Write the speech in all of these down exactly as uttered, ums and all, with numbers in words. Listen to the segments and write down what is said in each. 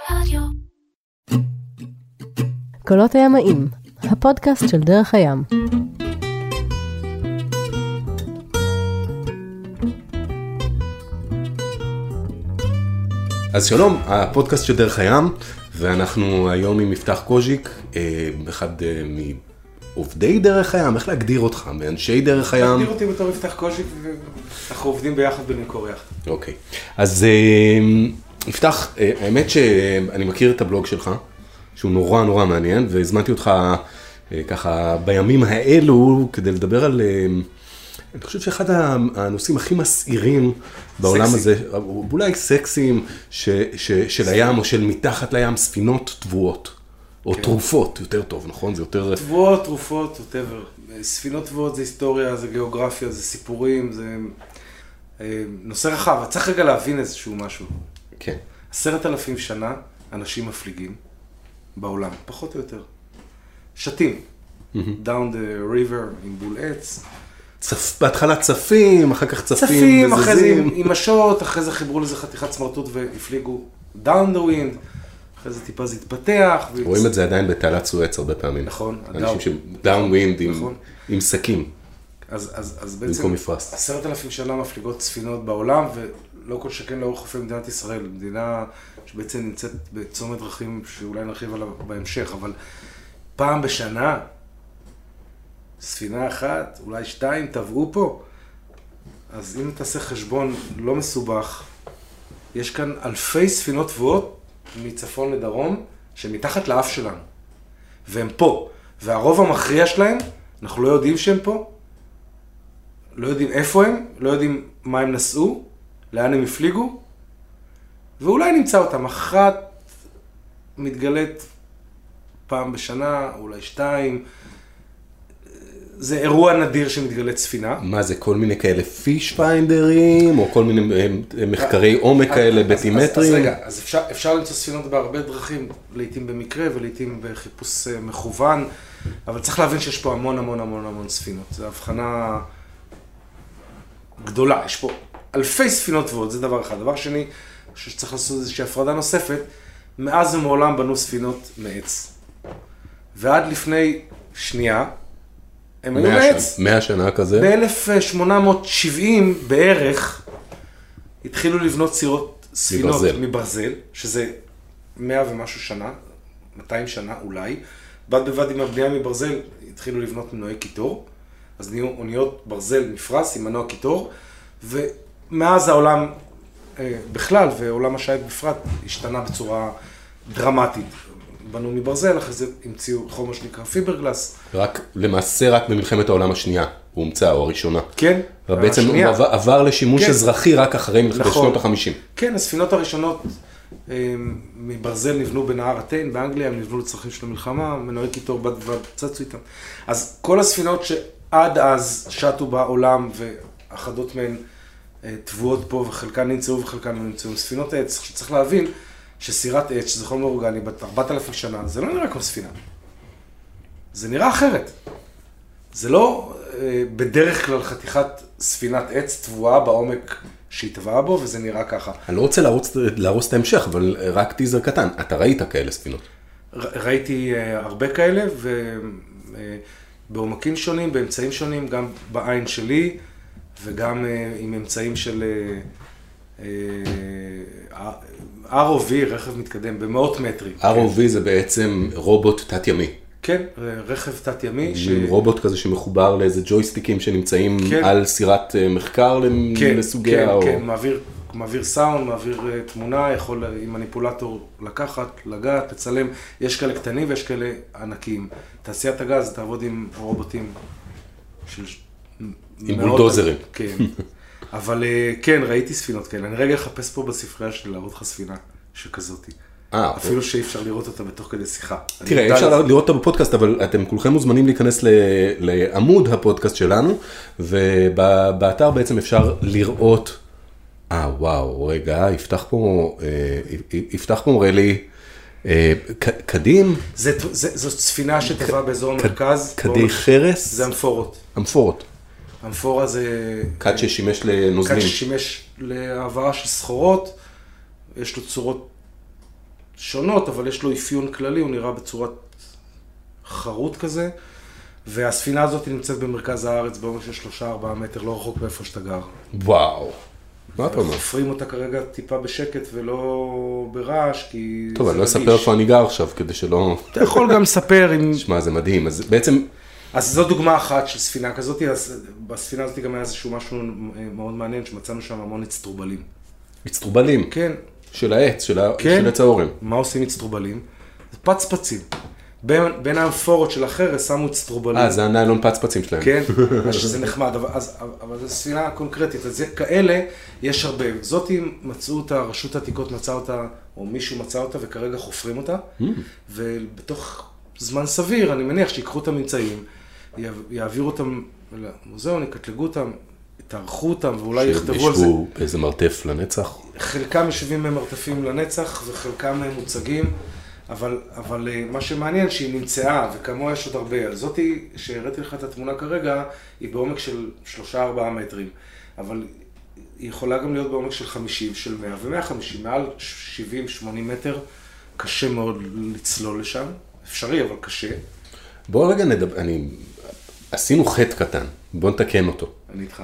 רדיו. קולות הימאים, הפודקאסט של דרך הים. אז שלום, הפודקאסט של דרך הים, ואנחנו היום עם מפתח קוז'יק, אחד מעובדי דרך הים, איך להגדיר אותך, מאנשי דרך הים? להגדיר אותי בתור מפתח קוז'יק, ואנחנו עובדים ביחד בנמכור יחד. אוקיי, אז מפתח, האמת שאני מכיר את הבלוג שלך, שהוא נורא נורא מעניין, והזמנתי אותך ככה בימים האלו, כדי לדבר על, אני חושב שאחד הנושאים הכי מסעירים בעולם הזה, אולי סקסיים של הים או של מתחת לים, ספינות טבועות, או תרופות, יותר טוב, נכון? זה יותר... טבועות, תרופות, whatever. ספינות טבועות זה היסטוריה, זה גיאוגרפיה, זה סיפורים, זה נושא רחב. צריך רגע להבין איזשהו משהו. כן. עשרת אלפים שנה אנשים מפליגים בעולם, פחות או יותר. שתים. down the river עם בול עץ. בהתחלה צפים, אחר כך צפים, צפים, אחרי זה עם משות, אחרי זה חיברו לזה חתיכת סמרטוט והפליגו down the wind, אחרי זה טיפה זה התפתח. רואים את זה עדיין בתעלת סואץ הרבה פעמים. נכון. אנשים ש... down wind עם סכים. אז בעצם עשרת אלפים שנה מפליגות ספינות בעולם, ולא כל שכן לאורך חופי מדינת ישראל, מדינה שבעצם נמצאת בצומת דרכים שאולי נרחיב עליו בהמשך, אבל פעם בשנה, ספינה אחת, אולי שתיים, טבעו פה. אז אם תעשה חשבון לא מסובך, יש כאן אלפי ספינות טבועות מצפון לדרום, שמתחת לאף שלנו. והם פה. והרוב המכריע שלהם, אנחנו לא יודעים שהם פה, לא יודעים איפה הם, לא יודעים מה הם נסעו, לאן הם הפליגו, ואולי נמצא אותם. אחת מתגלית פעם בשנה, אולי שתיים, זה אירוע נדיר שמתגלית ספינה. מה זה, כל מיני כאלה פיש פיינדרים, או כל מיני מחקרי עומק כאלה בטימטרים? אז רגע, אז אפשר, אפשר למצוא ספינות בהרבה דרכים, לעתים במקרה ולעתים בחיפוש מכוון, אבל צריך להבין שיש פה המון המון המון המון ספינות. זו הבחנה גדולה, יש פה אלפי ספינות טבועות, זה דבר אחד. דבר שני, שצריך לעשות איזושהי הפרדה נוספת, מאז ומעולם בנו ספינות מעץ. ועד לפני שנייה, הם היו מעץ. מאה שנה כזה. ב-אלף שמונה מאות שבעים בערך, התחילו לבנות סירות ספינות מברזל. מברזל, שזה מאה ומשהו שנה, מאתיים שנה אולי. בד בבד עם הבנייה מברזל, התחילו לבנות מנועי קיטור. אז נהיו אוניות ברזל מפרס עם מנוע קיטור, ומאז העולם בכלל, ועולם השייט בפרט, השתנה בצורה דרמטית. בנו מברזל, אחרי זה המציאו חומר שנקרא פיברגלס. רק, למעשה רק במלחמת העולם השנייה, הוא הומצא, או הראשונה. כן, ובעצם השנייה. הוא עבר לשימוש כן. אזרחי רק אחרי מלחמת נכון. שנות ה-חמישים. כן, הספינות הראשונות מברזל נבנו בנהר הטיין, באנגליה, הם נבנו לצרכים של המלחמה, מנועי קיטור בד בבד, צצו איתם. אז כל הספינות שעד אז שטו בעולם, ואחדות מהן טבועות פה, וחלקן נמצאו וחלקן נמצאו. ספינות העץ, שצריך להבין, שסירת עץ, שזה חומר אורגני, בת ארבעת אלפים שנה, זה לא נראה כמו ספינה. זה נראה אחרת. זה לא אה, בדרך כלל חתיכת ספינת עץ טבועה בעומק שהיא טבעה בו, וזה נראה ככה. אני לא רוצה להרוס, להרוס את ההמשך, אבל רק טיזר קטן. אתה ראית כאלה ספינות? ר, ראיתי אה, הרבה כאלה, ובעומקים אה, שונים, באמצעים שונים, גם בעין שלי, וגם אה, עם אמצעים של... אה, אה, אר או וי, רכב מתקדם, במאות מטרים. אר או וי זה בעצם רובוט תת-ימי. כן, רכב תת-ימי. רובוט כזה שמחובר לאיזה ג'ויסטיקים שנמצאים על סירת מחקר לסוגיה. כן, כן, מעביר סאונד, מעביר תמונה, יכול עם מניפולטור לקחת, לגעת, לצלם. יש כאלה קטנים ויש כאלה ענקיים. תעשיית הגז תעבוד עם רובוטים של... עם בולדוזרים. כן. אבל כן, ראיתי ספינות כאלה. אני רגע אחפש פה בספרייה שלי להראות לך ספינה שכזאתי. אפילו שאי אפשר לראות אותה בתוך כדי שיחה. תראה, אי אפשר לראות אותה בפודקאסט, אבל אתם כולכם מוזמנים להיכנס לעמוד הפודקאסט שלנו, ובאתר בעצם אפשר לראות, אה וואו, רגע, יפתח פה, יפתח פה מראה לי, קדים. זאת ספינה שטבעה באזור המרכז. קדי חרס. זה אמפורות. אמפורות. אמפורה זה... קד ששימש לנוזלים. קד ששימש להעברה של סחורות, יש לו צורות שונות, אבל יש לו אפיון כללי, הוא נראה בצורת חרוט כזה, והספינה הזאת נמצאת במרכז הארץ, בעומק של שלושה ארבעה מטר, לא רחוק באיפה שאתה גר. וואו. מה אתה אומר? חופרים אותה כרגע טיפה בשקט ולא ברעש, כי טוב, אני לא אספר איפה אני גר עכשיו, כדי שלא... אתה יכול גם לספר אם... שמע, זה מדהים. אז בעצם... אז זו דוגמה אחת של ספינה כזאת, אז בספינה הזאת גם היה איזשהו משהו מאוד מעניין, שמצאנו שם המון אצטרובלים. אצטרובלים? כן. של העץ, של כן. עץ האורן. מה עושים אצטרובלים? זה פצפצים. בין, בין האמפורות של החרס שמו אצטרובלים. אה, זה הניילון פצפצים שלהם. כן, אז שזה נחמד, אבל, אז, אבל זו ספינה קונקרטית, אז כאלה יש הרבה. זאתי מצאו אותה, רשות העתיקות מצא אותה, או מישהו מצא אותה, וכרגע חופרים אותה, mm. ובתוך זמן סביר, אני מניח שיקחו את הממצאים, יעבירו אותם למוזיאון, יקטלגו אותם, יתארחו אותם, ואולי יכתבו על זה. שישבו באיזה מרתף לנצח? חלקם יושבים במרתפים לנצח, וחלקם מוצגים. אבל, אבל מה שמעניין שהיא נמצאה, וכמוה יש עוד הרבה, זאתי שהראיתי לך את התמונה כרגע, היא בעומק של שלושה ארבעה מטרים, אבל היא יכולה גם להיות בעומק של חמישים, של מאה ו-מאה וחמישים, מעל שבעים שמונים מטר, קשה מאוד לצלול לשם, אפשרי אבל קשה. בוא רגע נדבר, אני, עשינו חטא קטן, בוא נתקן אותו. אני איתך.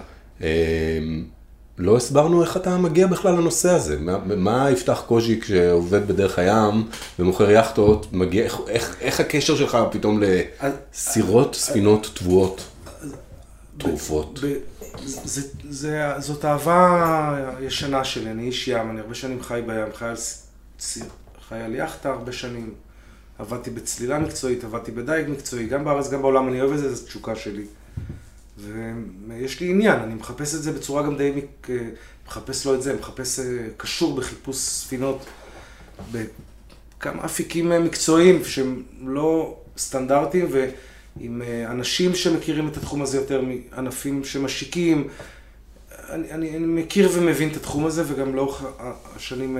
לא הסברנו איך אתה מגיע בכלל לנושא הזה, מה, מה יפתח קוז'יק שעובד בדרך הים ומוכר יחטות, מגיע, איך, איך, איך הקשר שלך פתאום לסירות, ספינות, טבועות, תרופות? זאת אהבה ישנה שלי, אני איש ים, אני הרבה שנים חי בים, חי על, חי על יחטה הרבה שנים, עבדתי בצלילה מקצועית, עבדתי בדייג מקצועי, גם בארץ, גם בעולם, אני אוהב את זה, זו תשוקה שלי. ויש לי עניין, אני מחפש את זה בצורה גם די, מחפש לו את זה, מחפש קשור בחיפוש ספינות, בכמה אפיקים מקצועיים שהם לא סטנדרטיים, ועם אנשים שמכירים את התחום הזה יותר מענפים שמשיקים. אני, אני, אני מכיר ומבין את התחום הזה, וגם לאורך השנים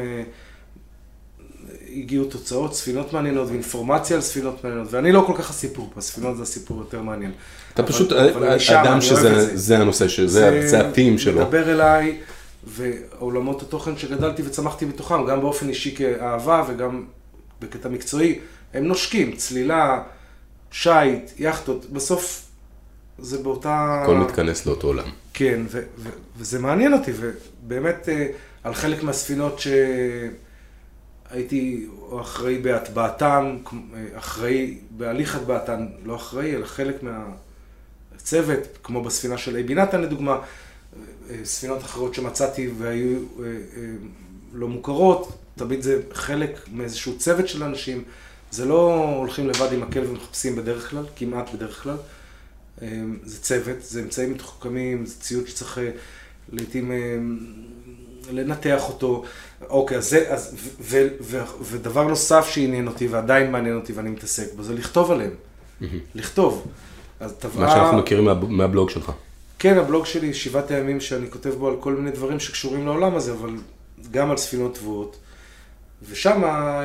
הגיעו תוצאות, ספינות מעניינות ואינפורמציה על ספינות מעניינות, ואני לא כל כך הסיפור פה, הספינות זה הסיפור יותר מעניין. אתה פשוט אדם שזה הנושא, זה הטים שלו. מדבר אליי, ועולמות התוכן שגדלתי וצמחתי בתוכם, גם באופן אישי כאהבה וגם בקטע מקצועי, הם נושקים, צלילה, שייט, יחטות, בסוף זה באותה... הכל מתכנס לאותו עולם. כן, וזה מעניין אותי, ובאמת על חלק מהספינות ש... הייתי אחראי בהטבעתן, אחראי בהליך הטבעתן, לא אחראי, אלא חלק מהצוות, כמו בספינה של אייבי נתן לדוגמה, ספינות אחרות שמצאתי והיו לא מוכרות, תמיד זה חלק מאיזשהו צוות של אנשים, זה לא הולכים לבד עם מקל ומחפשים בדרך כלל, כמעט בדרך כלל, זה צוות, זה אמצעים מתוחכמים, זה ציוד שצריך לעתים לנתח אותו. אוקיי, אז זה, אז, ו, ו, ודבר נוסף שעניין אותי ועדיין מעניין אותי ואני מתעסק בו, זה לכתוב עליהם. לכתוב. אז טבעה... מה שאנחנו מכירים מה, מהבלוג שלך. כן, הבלוג שלי, שבעת הימים שאני כותב בו על כל מיני דברים שקשורים לעולם הזה, אבל גם על ספינות טבועות. ושם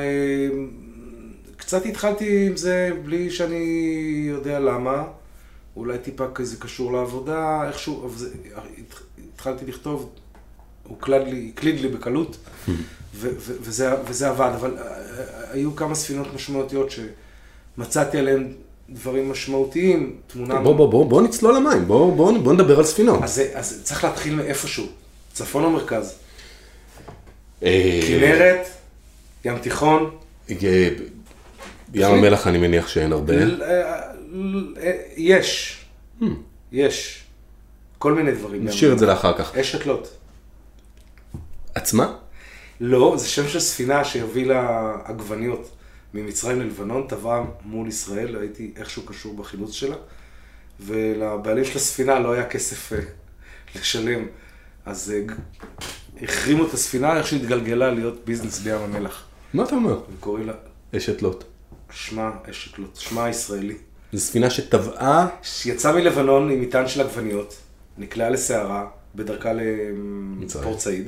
קצת התחלתי עם זה בלי שאני יודע למה. אולי טיפה כזה קשור לעבודה, איכשהו, התחלתי לכתוב, הוא קלד לי, הקליד לי בקלות, וזה, וזה עבד, אבל היו כמה ספינות משמעותיות שמצאתי עליהן דברים משמעותיים, תמונה... בוא, בוא, בוא, בוא נצלול למים, בוא, בוא, בוא נדבר על ספינות. אז, אז צריך להתחיל מאיפשהו, צפון או מרכז? כנרת, ים תיכון? ים המלח אני מניח שאין הרבה. יש, יש, כל מיני דברים. נשאיר את זה לאחר כך. אשת לוט. עצמה? לא, זה שם של ספינה שהובילה עגבניות ממצרים ללבנון, טבעה מול ישראל, הייתי איכשהו קשור בחילוץ שלה, ולבעלים של הספינה לא היה כסף לשלם, אז החרימו את הספינה, איך שהתגלגלה להיות ביזנס בים המלח. מה אתה אומר? וקוראים לה... אשת לוט. שמה אשת לוט, שמה הישראלי. זו ספינה שטבעה... שיצאה מלבנון עם מטען של עגבניות, נקלעה לסערה, בדרכה לפורט סעיד,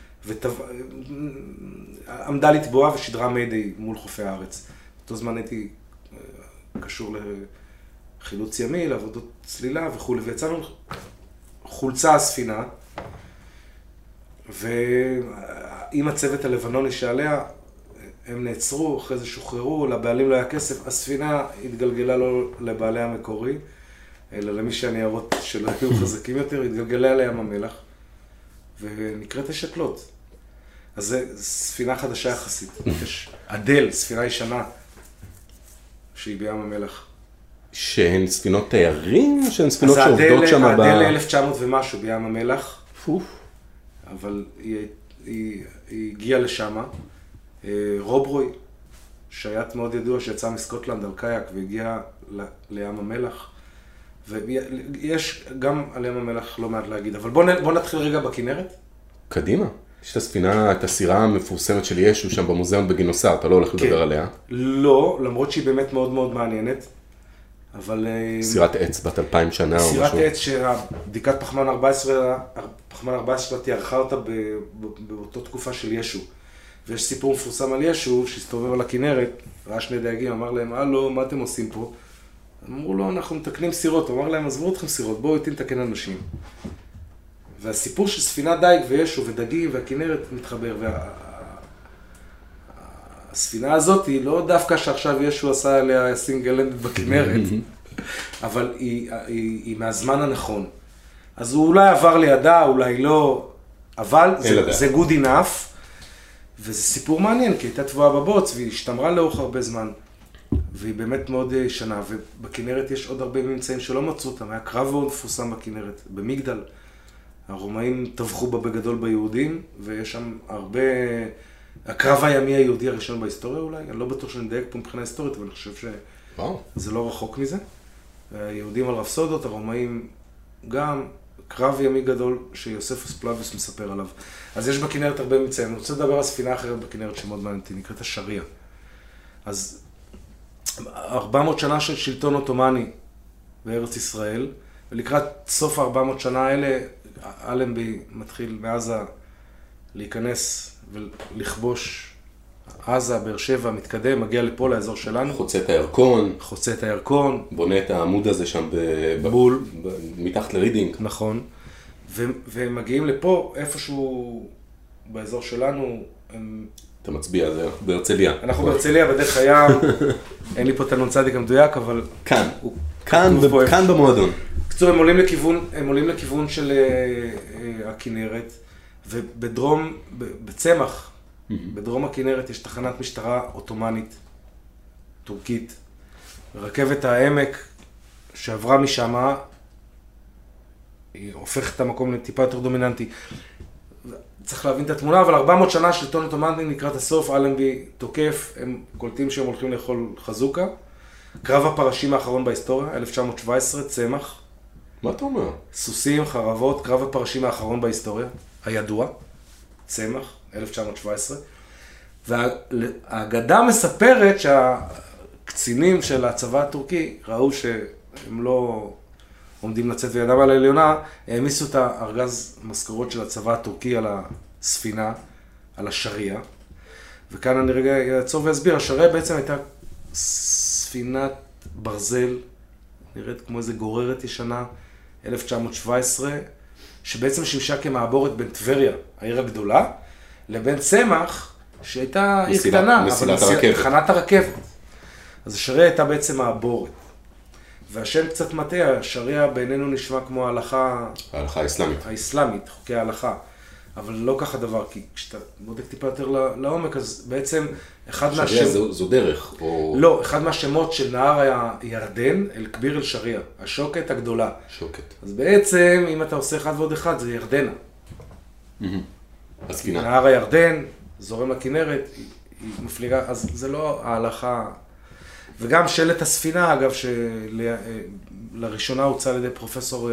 ועמדה לטבוע ושידרה מיידי מול חופי הארץ. באותו זמן הייתי קשור לחילוץ ימי, לעבודות צלילה וכו', ויצאנו חולצה הספינה, ועם הצוות הלבנוני שעליה, הם נעצרו, אחרי זה שוחררו, לבעלים לא היה כסף, הספינה התגלגלה לא לבעלי המקורי, אלא למי שהניירות שלו היו חזקים יותר, התגלגלה לים המלח, ונקראת השקלות. אז זו ספינה חדשה יחסית. יש אדל, ספינה ישנה, שהיא בים המלח. שהן ספינות תיירים, או שהן ספינות שעובדות שם ב... אז האדל אלף תשע מאות ומשהו בים המלח, פוף. אבל היא, היא, היא הגיעה לשם. רוברוי, שייט מאוד ידוע שיצא מסקוטלנד על קייק והגיע ל, לים המלח. ויש גם על ים המלח לא מעט להגיד, אבל בוא, בוא נתחיל רגע בכנרת. קדימה. יש את הספינה, את הסירה המפורסמת של ישו שם במוזיאון בגינוסר, אתה לא הולך לדבר כן. עליה? לא, למרות שהיא באמת מאוד מאוד מעניינת, אבל... סירת עץ בת אלפיים שנה או משהו. סירת עץ שהבדיקת פחמן ארבע עשרה, פחמן ארבע עשרה תיארכה אותה באותה תקופה של ישו. ויש סיפור מפורסם על ישו שהסתובב על הכנרת, ראה שני דייגים, אמר להם, הלו, מה אתם עושים פה? אמרו לו, אנחנו מתקנים סירות. הוא אמר להם, עזבו אתכם סירות, בואו איתי נתקן אנשים. והסיפור של ספינת דייג וישו ודגים והכנרת מתחבר. והספינה הזאת היא לא דווקא שעכשיו ישו עשה עליה סינגלנד בכנרת, אבל היא, היא, היא מהזמן הנכון. אז הוא אולי עבר לידה, אולי לא, אבל זה, זה good enough. וזה סיפור מעניין, כי הייתה תבואה בבוץ, והיא השתמרה לאורך הרבה זמן, והיא באמת מאוד ישנה, ובכנרת יש עוד הרבה ממצאים שלא מצאו אותם, היה קרב מאוד מפורסם בכנרת, במגדל. הרומאים טבחו בה בגדול ביהודים, ויש שם הרבה... הקרב הימי היהודי הראשון בהיסטוריה אולי, אני לא בטוח שאני מדייק פה מבחינה היסטורית, אבל אני חושב שזה לא רחוק מזה. היהודים על רפסודות, הרומאים גם... קרב ימי גדול שיוספוס פלביוס מספר עליו. אז יש בכנרת הרבה ממצאים. אני רוצה לדבר על ספינה אחרת בכנרת שמאוד מעניינת, נקראת השריה. אז ארבע מאות שנה של שלטון אוטומני בארץ ישראל, ולקראת סוף ארבע מאות שנה האלה, אלנבי מתחיל מעזה להיכנס ולכבוש עזה, באר שבע, מתקדם, מגיע לפה לאזור שלנו. חוצה את הירקון. חוצה את הירקון. בונה את העמוד הזה שם בול. מתחת לרידינג. נכון. והם מגיעים לפה, איפשהו באזור שלנו. הם... אתה מצביע, זה בהרצליה. אנחנו בהרצליה, בדרך הים. אין לי פה את הנ"צ המדויק, אבל... כאן. כאן, כאן במועדון. בקיצור, הם עולים לכיוון, הם עולים לכיוון של הכנרת, ובדרום, בצמח, בדרום הכנרת יש תחנת משטרה אוטומנית, טורקית. רכבת העמק שעברה משם, היא הופכת את המקום לטיפה יותר דומיננטי. צריך להבין את התמונה, אבל ארבע מאות שנה שלטון אוטומני לקראת הסוף, אלנבי תוקף, הם קולטים שהם הולכים לאכול חזוקה. קרב הפרשים האחרון בהיסטוריה, אלף תשע מאות שבע עשרה, צמח. מה אתה אומר? סוסים, חרבות, קרב הפרשים האחרון בהיסטוריה, הידוע, צמח, אלף תשע מאות שבע עשרה. והאגדה מספרת שהקצינים של הצבא הטורקי ראו שהם לא עומדים לצאת וידם על העליונה, העמיסו את הארגז משכורות של הצבא הטורקי על הספינה, על השריה. וכאן אני רגע אעצור ואסביר, השריה בעצם הייתה ספינת ברזל, נראית כמו איזה גוררת ישנה, אלף תשע מאות שבע עשרה, שבעצם שימשה כמעבורת בין טבריה, העיר הגדולה, לבין צמח, שהייתה עיר קטנה, אבל תחנת הרכבת. אז השריה הייתה בעצם מעבורת. והשם קצת מטעה, השריה בינינו נשמע כמו ההלכה... ההלכה האסלאמית. האסלאמית, חוקי ההלכה. אבל לא ככה דבר, כי כשאתה בודק טיפה יותר לעומק, אז בעצם אחד מהשמות... שריה זו, זו דרך, או... לא, אחד מהשמות של נהר הירדן, אל כביר אל שריה, השוקת הגדולה. שוקת. אז בעצם, אם אתה עושה אחד ועוד אחד, זה ירדנה. הספינה. נהר הירדן, זורם לכנרת, היא, היא מפליגה, אז זה לא ההלכה... וגם שלט הספינה, אגב, שלראשונה הוצא על ידי פרופסור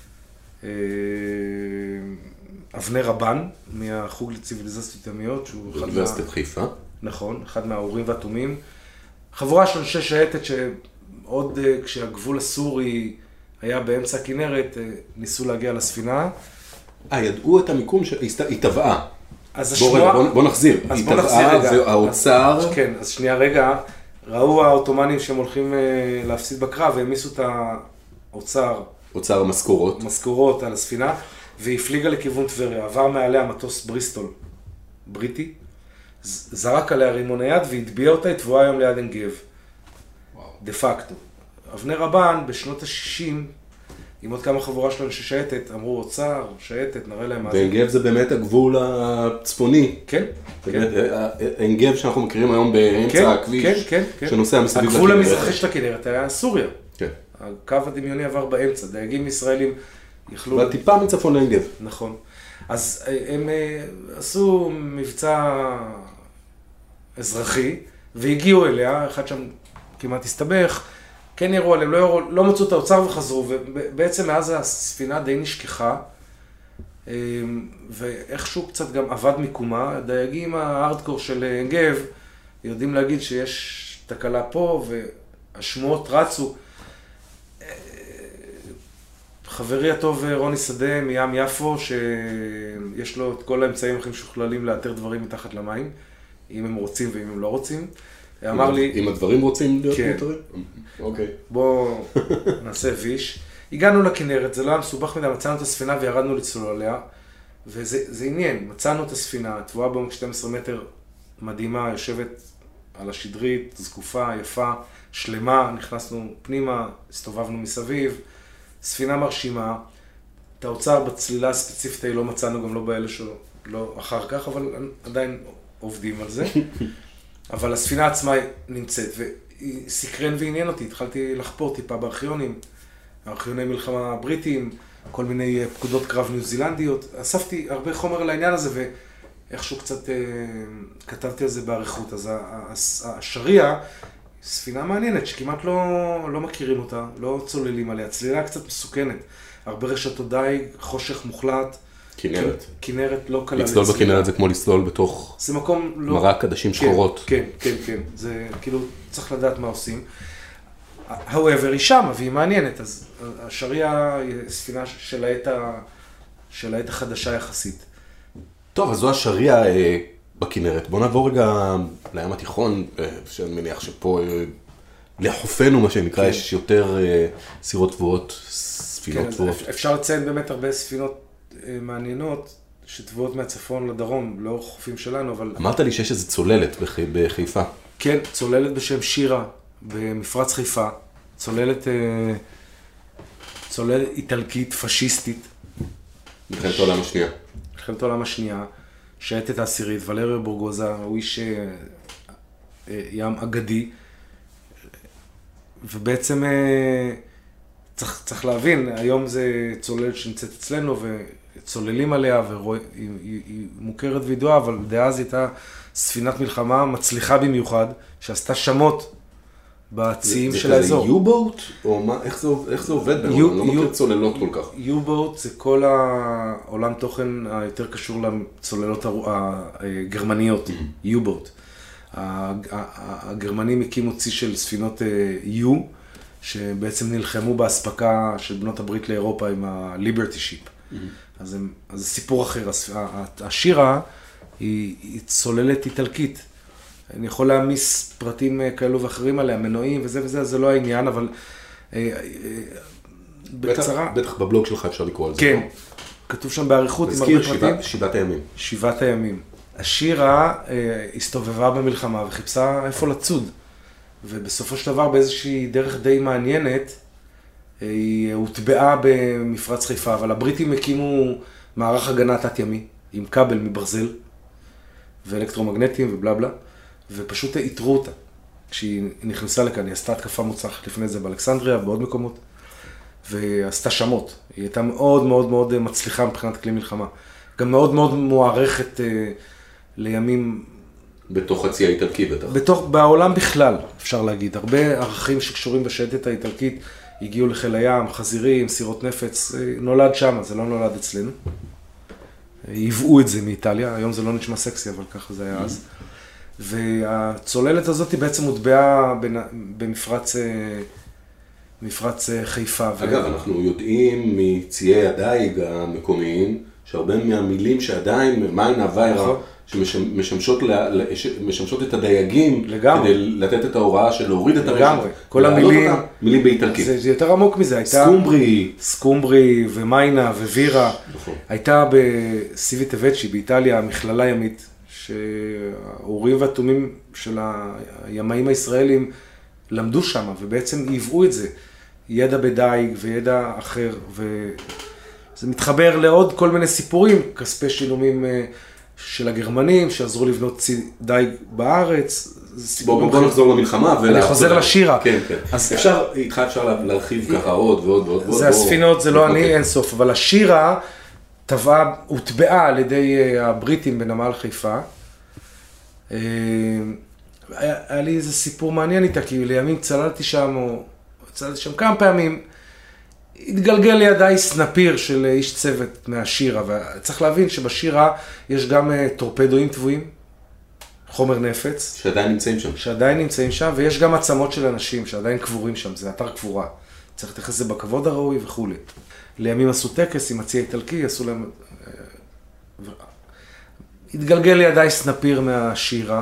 אבנר רבן, מהחוג לציוויליזציות ימיות, שהוא אחד מה... אוניברסיטת חיפה. נכון, אחד מהאורים והתומים. חבורה של אנשי שייטת שעוד כשהגבול הסורי היה באמצע הכנרת, ניסו להגיע לספינה. אה, ידעו את המיקום שהיא טבעה. אז השמוע... בוא, בוא נחזיר. אז היא בוא נחזיר רגע. והאוצר... כן, אז שנייה רגע. ראו העות'מאנים שהם הולכים להפסיד בקרב, והעמיסו את האוצר. אוצר המשכורות. משכורות על הספינה, והפליגה לכיוון טבריה. עבר מעליה מטוס בריסטול, בריטי. זרק עליה רימון היד והטביע אותה, היא תבואה היום ליד עין גב. דה פקטו. אבנר רבן בשנות ה-שישים, עם עוד כמה חבורה שלנו ששייטת, אמרו אוצר, שייטת, נראה להם מה זה. ועין גב זה באמת הגבול הצפוני. כן. עין גב שאנחנו מכירים היום באמצע הכביש, שנוסע מסביב לכנרת. הגבול המזרחי של הכנרת היה סוריה. כן. הקו הדמיוני עבר באמצע, דייגים ישראלים יכלו... וטיפה מצפון לעין גב. נכון. אז הם עשו מבצע אזרחי, והגיעו אליה, אחד שם כמעט הסתבך, כן יראו עליהם, לא, יראו, לא מצאו את האוצר וחזרו, ובעצם מאז הספינה די נשכחה, ואיכשהו קצת גם עבד מיקומה. הדייגים הארדקור של עין גב יודעים להגיד שיש תקלה פה, והשמועות רצו. חברי הטוב רוני שדה מים יפו, שיש לו את כל האמצעים הכי משוכללים לאתר דברים מתחת למים, אם הם רוצים ואם הם לא רוצים. אמר לי... אם הדברים רוצים להיות כן. מותרים? אוקיי. בואו נעשה ויש. הגענו לכנרת, זה לא היה מסובך מדי, מצאנו את הספינה וירדנו לצלול עליה, וזה עניין, מצאנו את הספינה, תבואה בעומק שנים עשר מטר, מדהימה, יושבת על השדרית, זקופה, יפה, שלמה, נכנסנו פנימה, הסתובבנו מסביב, ספינה מרשימה, את האוצר בצלילה הספציפית היא לא מצאנו, גם לא באלה שלו, לא אחר כך, אבל עדיין עובדים על זה. אבל הספינה עצמה נמצאת, והיא סקרן ועניין אותי, התחלתי לחפור טיפה בארכיונים, ארכיוני מלחמה בריטיים, כל מיני פקודות קרב ניו זילנדיות, אספתי הרבה חומר על העניין הזה, ואיכשהו קצת אה, כתבתי על זה בעריכות. אז השריעה, ספינה מעניינת, שכמעט לא, לא מכירים אותה, לא צוללים עליה, צלילה קצת מסוכנת, הרבה רשתות דייג, חושך מוחלט, כנרת. כנרת לא קלה לצלול בכנרת זה כמו לצלול בתוך זה מקום לא... מרק עדשים שחורות. כן, כן, כן, זה כאילו צריך לדעת מה עושים. however, היא שמה והיא מעניינת, אז השריעה היא ספינה של העת, ה... של העת החדשה יחסית. טוב, אז זו השריעה אה, בכנרת. בוא נעבור רגע לים התיכון, אה, שאני מניח שפה אה, לחופנו מה שנקרא, כן. יש יותר אה, סירות תבואות, ספינות כן, תבואות. אפשר לציין באמת הרבה ספינות מעניינות שתבואות מהצפון לדרום, לא חופים שלנו, אבל... אמרת לי שיש איזו צוללת בח... בחיפה. כן, צוללת בשם שירה, במפרץ חיפה. צוללת, צוללת איטלקית, פשיסטית. מלחמת העולם השנייה. מלחמת העולם השנייה, שייטת העשירית, ולריו בורגוזה, הוא איש ים אגדי, ובעצם... צריך, צריך להבין, היום זה צוללת שנמצאת אצלנו וצוללים עליה והיא היא, היא מוכרת וידועה, אבל דאז הייתה ספינת מלחמה מצליחה במיוחד, שעשתה שמות בציים של האזור. זה U-boat? או מה, איך זה, איך זה עובד? אני לא מכיר צוללות כל כך. U-boat זה כל העולם תוכן היותר קשור לצוללות הגרמניות, U-boat. הגרמנים הקימו צי של ספינות U, שבעצם נלחמו בהספקה של בנות הברית לאירופה עם ה-Liberty Ship. Mm-hmm. אז, הם, אז זה סיפור אחר. השירה היא, היא צוללת איטלקית. אני יכול להמיס פרטים כאלו ואחרים עליה, מנועים וזה וזה, זה לא העניין, אבל אה, אה, בקצרה... בטח, בטח בבלוג שלך אפשר לקרוא על זה. כן, לא? כתוב שם בעריכות עם הרבה פרטים. שבעת, שבעת הימים. שבעת הימים. השירה אה, הסתובבה במלחמה וחיפשה איפה לצוד. ובסופו של דבר באיזושהי דרך די מעניינת, היא הוטבעה במפרץ חיפה, אבל הבריטים הקימו מערך הגנה תת-ימי, עם כבל מברזל, ואלקטרומגנטים ובלה בלה, ופשוט איתרו אותה. כשהיא נכנסה לכאן, היא עשתה התקפה מוצלחת לפני זה באלכסנדריה ובעוד מקומות, ועשתה שמות. היא הייתה מאוד מאוד מאוד מצליחה מבחינת כלי מלחמה. גם מאוד מאוד מוערכת לימים... בתוך הצי האיטלקי בטח. בתוך, בעולם בכלל, אפשר להגיד. הרבה ערכים שקשורים בשייטת האיטלקית הגיעו לחיל הים, חזירים, סירות נפץ, נולד שם, זה לא נולד אצלנו. היוו את זה מאיטליה, היום זה לא נשמע סקסי, אבל ככה זה היה אז. והצוללת הזאת היא בעצם הוטבעה במפרץ מפרץ חיפה. אגב, אנחנו יודעים מציי הדייג המקומיים, שהרבה מהמילים שעדיין, מים הוויירה, שמשמשות משמשות את הדייגים, לגמרי. כדי לתת את ההוראה של להוריד את הרשת. לגמרי. כל המילים, מילים באיטלקית. זה, זה יותר עמוק מזה. הייתה סקומברי. סקומברי ומיינה ווירה. נכון. הייתה בסיבי טבצ'י באיטליה, מכללה ימית, שההורים והתומים של הימאים הישראלים למדו שם, ובעצם היוו את זה, ידע בדייג וידע אחר, וזה מתחבר לעוד כל מיני סיפורים, כספי שילומים של הגרמנים, שעזרו לבנות דייג בארץ. בוא, בוא נחזור למלחמה. אני חוזר לשירה. כן, כן. אז אפשר, איתך אפשר להרחיב ככה עוד ועוד ועוד. זה הספינות, זה לא אני, אין סוף, אבל השירה טבעה, הוטבעה על ידי הבריטים בנמל חיפה. היה לי איזה סיפור מעניין איתה, כי לימים צללתי שם, או צללתי שם כמה פעמים, התגלגל לידיי סנפיר של איש צוות מהשירה, וצריך להבין שבשירה יש גם טורפדואים טבועים, חומר נפץ. שעדיין נמצאים שם. שעדיין נמצאים שם, ויש גם עצמות של אנשים שעדיין קבורים שם, זה אתר קבורה. צריך להתייחס לזה בכבוד הראוי וכו'. לימים עשו טקס עם הצי האיטלקי, עשו להם... התגלגל לידיי סנפיר מהשירה,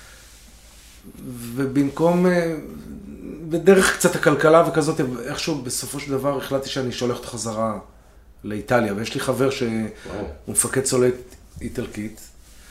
ובמקום... בדרך קצת הכלכלה וכזאת, איכשהו בסופו של דבר החלטתי שאני שולח את חזרה לאיטליה, ויש לי חבר שהוא מפקד צוללת איטלקית,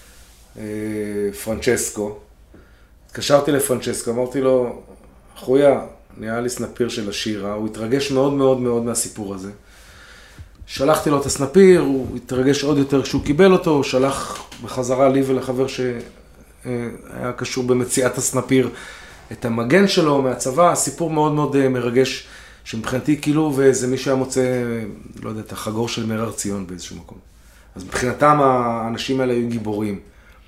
פרנצ'סקו. התקשרתי לפרנצ'סקו, אמרתי לו, אחויה, נהיה לי סנפיר של השירה, הוא התרגש מאוד מאוד מאוד מהסיפור הזה. שלחתי לו את הסנפיר, הוא התרגש עוד יותר כשהוא קיבל אותו, הוא שלח בחזרה לי ולחבר שהיה קשור במציאת הסנפיר, את המגן שלו מהצבא, סיפור מאוד מאוד מרגש, שמבחינתי כאילו ואיזה מישהו היה מוצא, לא יודע, את החגור של מאיר הר ציון באיזשהו מקום. אז מבחינתם האנשים האלה היו גיבורים.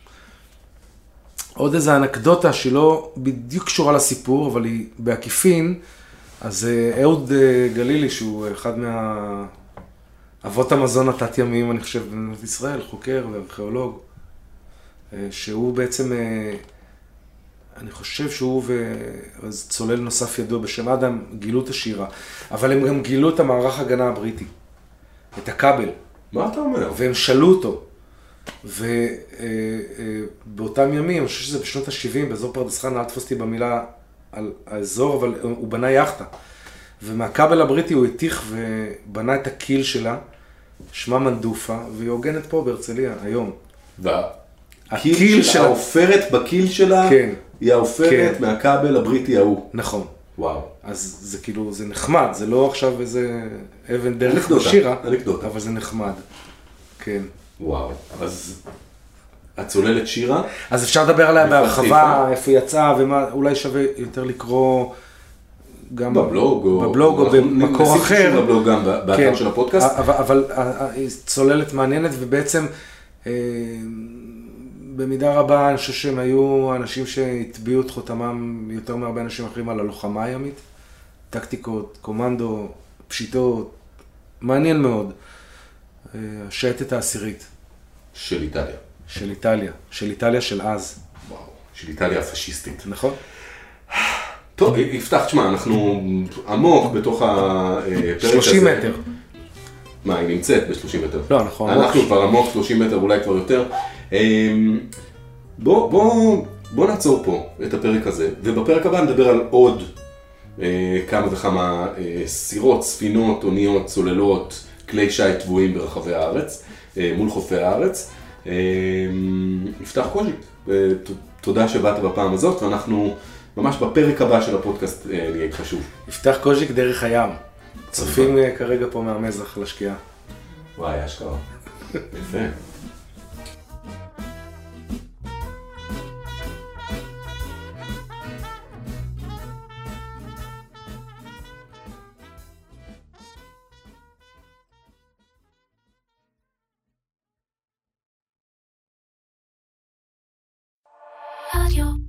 עוד איזו אנקדוטה שלא בדיוק קשורה לסיפור, אבל היא בעקיפין, אז אהוד גלילי, שהוא אחד מהאבות המזון התת-ימיים, אני חושב, במדינת ישראל, חוקר וארכיאולוג, שהוא בעצם... אני חושב שהוא וצולל נוסף ידוע בשם אדם גילו את השירה, אבל הם גם גילו את המערך הגנה הבריטי, את הכבל. מה אתה אומר? והם שלו אותו. ובאותם ימים, אני חושב שזה בשנות ה-שבעים, באזור פרדס חנה, אל תפסתי במילה על האזור, אבל הוא בנה יחטה. ומהכבל הבריטי הוא התיך ובנה את הקיל שלה, שמה מנדופה, והיא עוגנת פה בהרצליה, היום. הקיל שלה, העופרת בקיל שלה, כן. היא העופרת כן. מהכבל הבריטי ההוא. נכון. וואו. אז זה כאילו, זה נחמד, זה לא עכשיו איזה אבן דרך בשירה, אנקדוטה. אבל זה נחמד. כן. וואו. אז הצוללת שירה? אז אפשר לדבר עליה בהרחבה, איפה יצאה, ומה, אולי שווה יותר לקרוא גם בבלוג או, בבלוג או במקור אחר. נשים קישור לבלוג גם באתר כן. של הפודקאסט. אבל, אבל היא צוללת מעניינת, ובעצם במידה רבה אני חושב שהם היו אנשים שהטביעו את חותמם יותר מהרבה אנשים אחרים על הלוחמה הימית. טקטיקות, קומנדו, פשיטות, מעניין מאוד. השייטת העשירית. של איטליה. של איטליה, של איטליה של אז. וואו, של איטליה הפשיסטית. נכון. טוב, יפתח, תשמע, אנחנו עמוק בתוך הפרק הזה. שלושים מטר. מה, היא נמצאת ב-שלושים מטר? לא, אנחנו עמוק. אנחנו כבר עמוק שלושים מטר, אולי כבר יותר. בוא, בוא, בוא נעצור פה את הפרק הזה, ובפרק הבא נדבר על עוד כמה וכמה סירות, ספינות, אוניות, צוללות, כלי שיט טבועים ברחבי הארץ, מול חופי הארץ. יפתח קוז'יק, תודה שבאת בפעם הזאת, ואנחנו ממש בפרק הבא של הפודקאסט נהיה איתך שוב. יפתח קוז'יק דרך הים, צופים כרגע פה מהמזח לשקיעה. וואי, אשכרה. יפה. רדיו